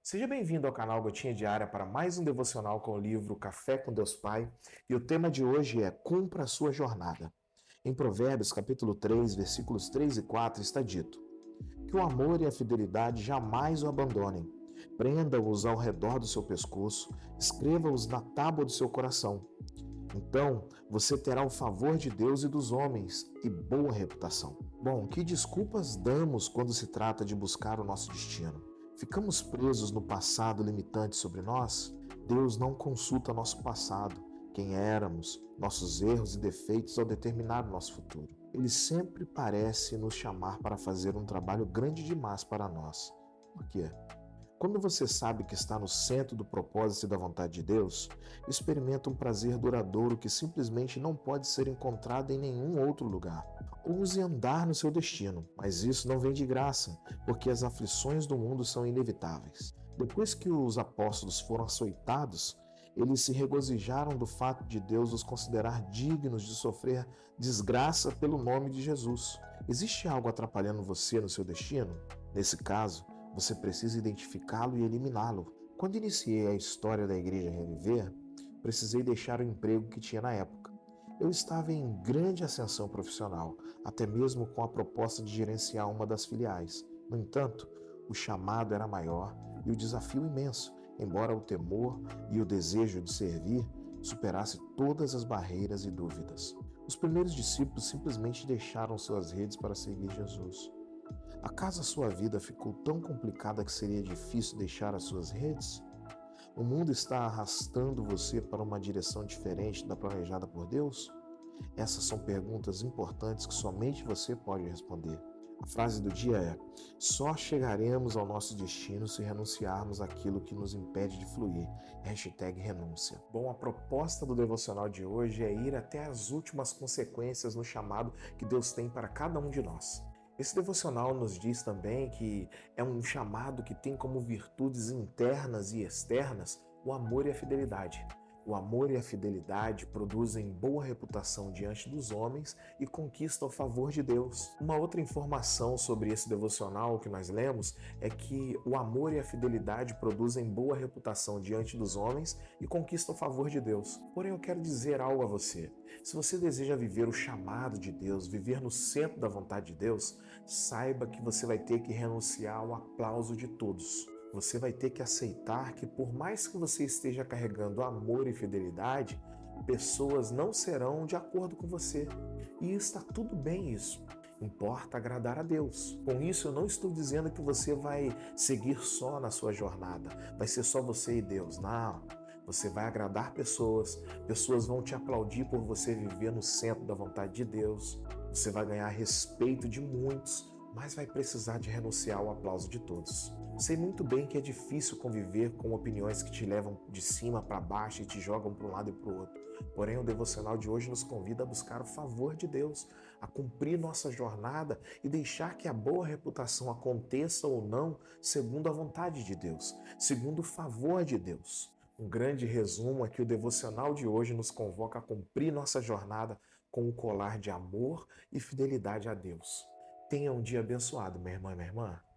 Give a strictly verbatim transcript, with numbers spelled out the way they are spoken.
Seja bem-vindo ao canal Gotinha Diária para mais um devocional com o livro Café com Deus Pai. E o tema de hoje é Cumpra a sua jornada. Em Provérbios, capítulo três, versículos três e quatro, está dito: que o amor e a fidelidade jamais o abandonem. Prenda-os ao redor do seu pescoço, escreva-os na tábua do seu coração. Então, você terá o favor de Deus e dos homens e boa reputação. Bom, que desculpas damos quando se trata de buscar o nosso destino? Ficamos presos no passado limitante sobre nós? Deus não consulta nosso passado, quem éramos, nossos erros e defeitos ao determinar o nosso futuro. Ele sempre parece nos chamar para fazer um trabalho grande demais para nós. Por quê? Quando você sabe que está no centro do propósito e da vontade de Deus, experimenta um prazer duradouro que simplesmente não pode ser encontrado em nenhum outro lugar. Ouse andar no seu destino, mas isso não vem de graça, porque as aflições do mundo são inevitáveis. Depois que os apóstolos foram açoitados, eles se regozijaram do fato de Deus os considerar dignos de sofrer desgraça pelo nome de Jesus. Existe algo atrapalhando você no seu destino? Nesse caso, você precisa identificá-lo e eliminá-lo. Quando iniciei a história da Igreja Reviver, precisei deixar o emprego que tinha na época. Eu estava em grande ascensão profissional, até mesmo com a proposta de gerenciar uma das filiais. No entanto, o chamado era maior e o desafio imenso, embora o temor e o desejo de servir superasse todas as barreiras e dúvidas. Os primeiros discípulos simplesmente deixaram suas redes para seguir Jesus. Acaso a sua vida ficou tão complicada que seria difícil deixar as suas redes? O mundo está arrastando você para uma direção diferente da planejada por Deus? Essas são perguntas importantes que somente você pode responder. A frase do dia é: só chegaremos ao nosso destino se renunciarmos àquilo que nos impede de fluir. Hashtag renúncia. Bom, a proposta do devocional de hoje é ir até as últimas consequências no chamado que Deus tem para cada um de nós. Esse devocional nos diz também que é um chamado que tem como virtudes internas e externas o amor e a fidelidade. O amor e a fidelidade produzem boa reputação diante dos homens e conquistam o favor de Deus. Uma outra informação sobre esse devocional que nós lemos é que o amor e a fidelidade produzem boa reputação diante dos homens e conquistam o favor de Deus. Porém, eu quero dizer algo a você. Se você deseja viver o chamado de Deus, viver no centro da vontade de Deus, saiba que você vai ter que renunciar ao aplauso de todos. Você vai ter que aceitar que, por mais que você esteja carregando amor e fidelidade, pessoas não serão de acordo com você. E está tudo bem isso. Importa agradar a Deus. Com isso, eu não estou dizendo que você vai seguir só na sua jornada. Vai ser só você e Deus. Não. Você vai agradar pessoas. Pessoas vão te aplaudir por você viver no centro da vontade de Deus. Você vai ganhar respeito de muitos, mas vai precisar de renunciar ao aplauso de todos. Sei muito bem que é difícil conviver com opiniões que te levam de cima para baixo e te jogam para um lado e para o outro. Porém, o devocional de hoje nos convida a buscar o favor de Deus, a cumprir nossa jornada e deixar que a boa reputação aconteça ou não segundo a vontade de Deus, segundo o favor de Deus. Um grande resumo é que o devocional de hoje nos convoca a cumprir nossa jornada com o colar de amor e fidelidade a Deus. Tenha um dia abençoado, minha irmã e minha irmã.